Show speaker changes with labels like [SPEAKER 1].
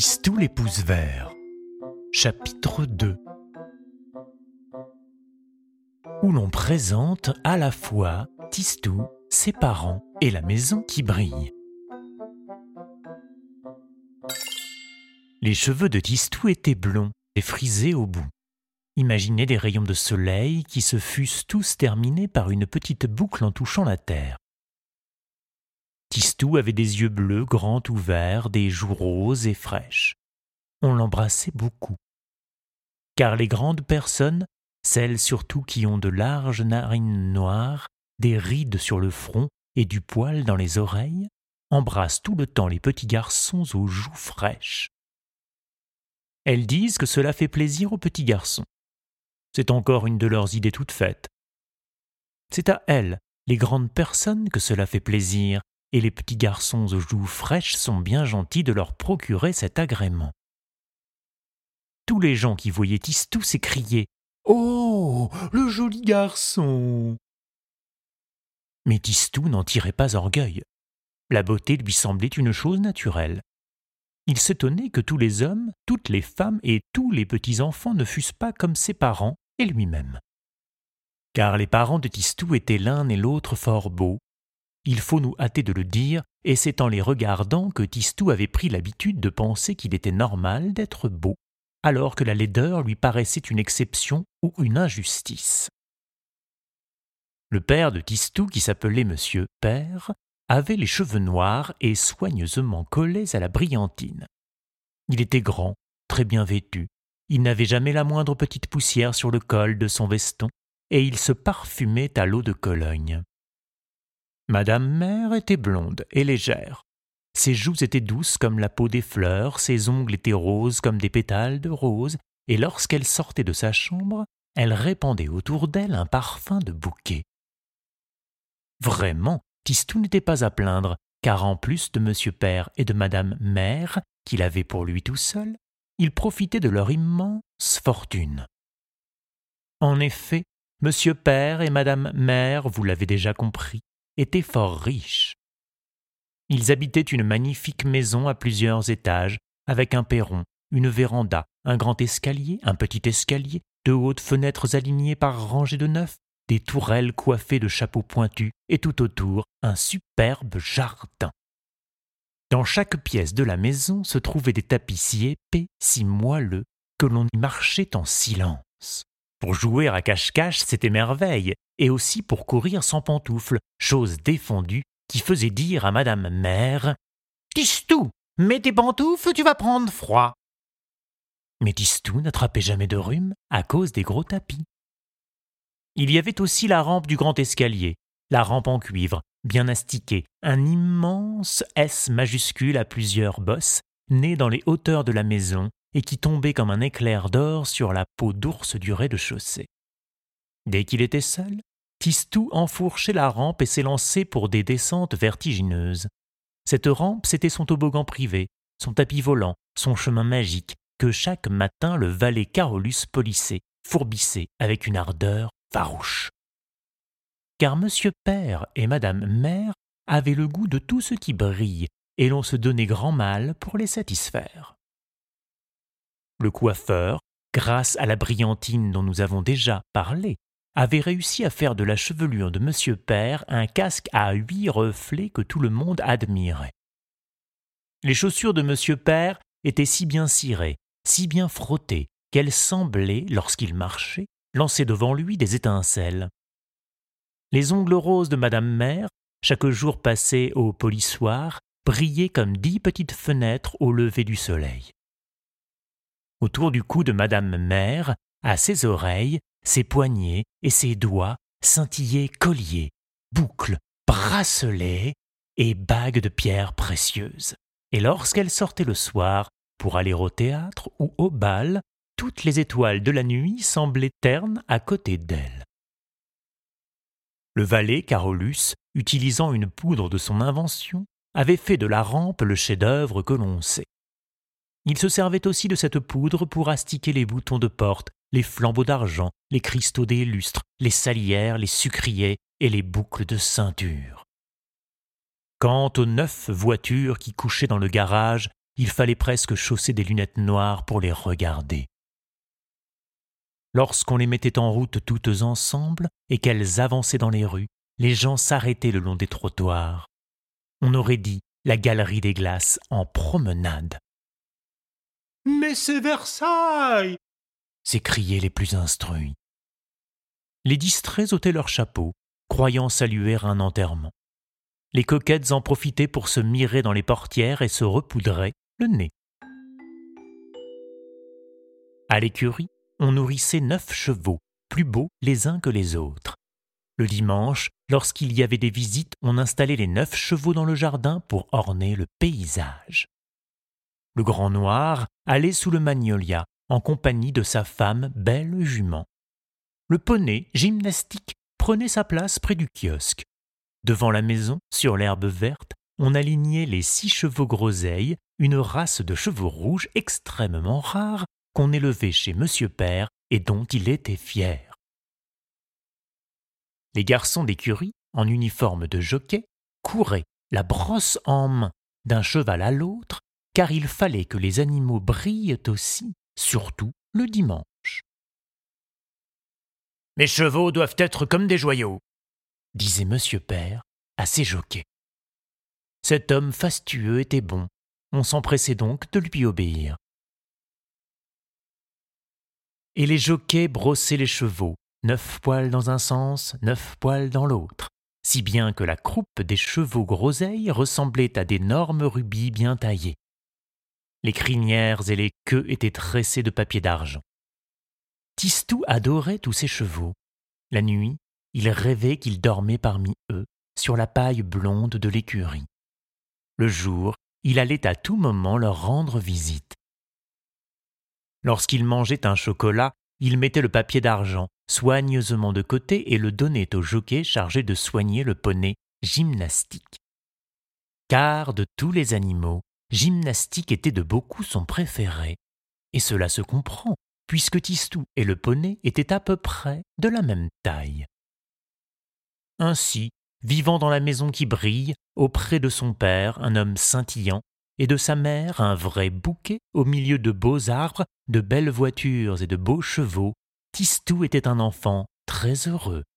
[SPEAKER 1] Tistou les pouces verts. Chapitre 2, où l'on présente à la fois Tistou, ses parents et la maison qui brille. Les cheveux de Tistou étaient blonds et frisés au bout. Imaginez des rayons de soleil qui se fussent tous terminés par une petite boucle en touchant la terre. Tistou avait des yeux bleus grands ouverts, des joues roses et fraîches. On l'embrassait beaucoup. Car les grandes personnes, celles surtout qui ont de larges narines noires, des rides sur le front et du poil dans les oreilles, embrassent tout le temps les petits garçons aux joues fraîches. Elles disent que cela fait plaisir aux petits garçons. C'est encore une de leurs idées toutes faites. C'est à elles, les grandes personnes, que cela fait plaisir, et les petits garçons aux joues fraîches sont bien gentils de leur procurer cet agrément. Tous les gens qui voyaient Tistou s'écriaient « Oh, le joli garçon !» Mais Tistou n'en tirait pas orgueil. La beauté lui semblait une chose naturelle. Il s'étonnait que tous les hommes, toutes les femmes et tous les petits-enfants ne fussent pas comme ses parents et lui-même. Car les parents de Tistou étaient l'un et l'autre fort beaux. Il faut nous hâter de le dire, et c'est en les regardant que Tistou avait pris l'habitude de penser qu'il était normal d'être beau, alors que la laideur lui paraissait une exception ou une injustice. Le père de Tistou, qui s'appelait Monsieur Père, avait les cheveux noirs et soigneusement collés à la brillantine. Il était grand, très bien vêtu, il n'avait jamais la moindre petite poussière sur le col de son veston, et il se parfumait à l'eau de Cologne. Madame Mère était blonde et légère. Ses joues étaient douces comme la peau des fleurs, ses ongles étaient roses comme des pétales de rose, et lorsqu'elle sortait de sa chambre, elle répandait autour d'elle un parfum de bouquet. Vraiment, Tistou n'était pas à plaindre, car en plus de Monsieur Père et de Madame Mère, qu'il avait pour lui tout seul, il profitait de leur immense fortune. En effet, Monsieur Père et Madame Mère, vous l'avez déjà compris, étaient fort riches. Ils habitaient une magnifique maison à plusieurs étages, avec un perron, une véranda, un grand escalier, un petit escalier, de hautes fenêtres alignées par rangées de neuf, des tourelles coiffées de chapeaux pointus, et tout autour, un superbe jardin. Dans chaque pièce de la maison se trouvaient des tapis si épais, si moelleux, que l'on y marchait en silence. Pour jouer à cache-cache, c'était merveille, et aussi pour courir sans pantoufles, chose défendue qui faisait dire à Madame Mère « Tistou, mets tes pantoufles, tu vas prendre froid !» Mais Tistou n'attrapait jamais de rhume à cause des gros tapis. Il y avait aussi la rampe du grand escalier, la rampe en cuivre, bien astiquée, un immense S majuscule à plusieurs bosses, né dans les hauteurs de la maison et qui tombait comme un éclair d'or sur la peau d'ours du rez-de-chaussée. Dès qu'il était seul, Tistou enfourchait la rampe et s'élançait pour des descentes vertigineuses. Cette rampe, c'était son toboggan privé, son tapis volant, son chemin magique, que chaque matin le valet Carolus polissait, fourbissait avec une ardeur farouche. Car Monsieur Père et Madame Mère avaient le goût de tout ce qui brille, et l'on se donnait grand mal pour les satisfaire. Le coiffeur, grâce à la brillantine dont nous avons déjà parlé, avait réussi à faire de la chevelure de Monsieur Père un casque à 8 reflets que tout le monde admirait. Les chaussures de Monsieur Père étaient si bien cirées, si bien frottées, qu'elles semblaient, lorsqu'il marchait, lancer devant lui des étincelles. Les ongles roses de Madame Mère, chaque jour passé au polissoir, brillaient comme 10 petites fenêtres au lever du soleil. Autour du cou de Madame Mère, à ses oreilles, ses poignets et ses doigts scintillaient colliers, boucles, bracelets et bagues de pierres précieuses. Et lorsqu'elle sortait le soir pour aller au théâtre ou au bal, toutes les étoiles de la nuit semblaient ternes à côté d'elle. Le valet Carolus, utilisant une poudre de son invention, avait fait de la rampe le chef-d'œuvre que l'on sait. Il se servait aussi de cette poudre pour astiquer les boutons de porte, les flambeaux d'argent, les cristaux des lustres, les salières, les sucriers et les boucles de ceinture. Quant aux 9 voitures qui couchaient dans le garage, il fallait presque chausser des lunettes noires pour les regarder. Lorsqu'on les mettait en route toutes ensemble et qu'elles avançaient dans les rues, les gens s'arrêtaient le long des trottoirs. On aurait dit la galerie des glaces en promenade. « Mais c'est Versailles !» s'écriaient les plus instruits. Les distraits ôtaient leurs chapeaux, croyant saluer un enterrement. Les coquettes en profitaient pour se mirer dans les portières et se repoudrer le nez. À l'écurie, on nourrissait 9 chevaux, plus beaux les uns que les autres. Le dimanche, lorsqu'il y avait des visites, on installait les 9 chevaux dans le jardin pour orner le paysage. Le grand noir allait sous le magnolia, en compagnie de sa femme Belle Jument. Le poney, Gymnastique, prenait sa place près du kiosque. Devant la maison, sur l'herbe verte, on alignait les 6 chevaux groseilles, une race de chevaux rouges extrêmement rare qu'on élevait chez Monsieur Père et dont il était fier. Les garçons d'écurie, en uniforme de jockey, couraient, la brosse en main, d'un cheval à l'autre, car il fallait que les animaux brillent aussi, surtout le dimanche. « Mes chevaux doivent être comme des joyaux », disait Monsieur Père à ses jockeys. Cet homme fastueux était bon, on s'empressait donc de lui obéir. Et les jockeys brossaient les chevaux, 9 poils dans un sens, 9 poils dans l'autre, si bien que la croupe des chevaux groseilles ressemblait à d'énormes rubis bien taillés. Les crinières et les queues étaient tressées de papier d'argent. Tistou adorait tous ces chevaux. La nuit, il rêvait qu'il dormait parmi eux, sur la paille blonde de l'écurie. Le jour, il allait à tout moment leur rendre visite. Lorsqu'il mangeait un chocolat, il mettait le papier d'argent soigneusement de côté et le donnait au jockey chargé de soigner le poney Gymnastique. Car de tous les animaux, Gymnastique était de beaucoup son préféré. Et cela se comprend, puisque Tistou et le poney étaient à peu près de la même taille. Ainsi, vivant dans la maison qui brille, auprès de son père, un homme scintillant, et de sa mère, un vrai bouquet, au milieu de beaux arbres, de belles voitures et de beaux chevaux, Tistou était un enfant très heureux.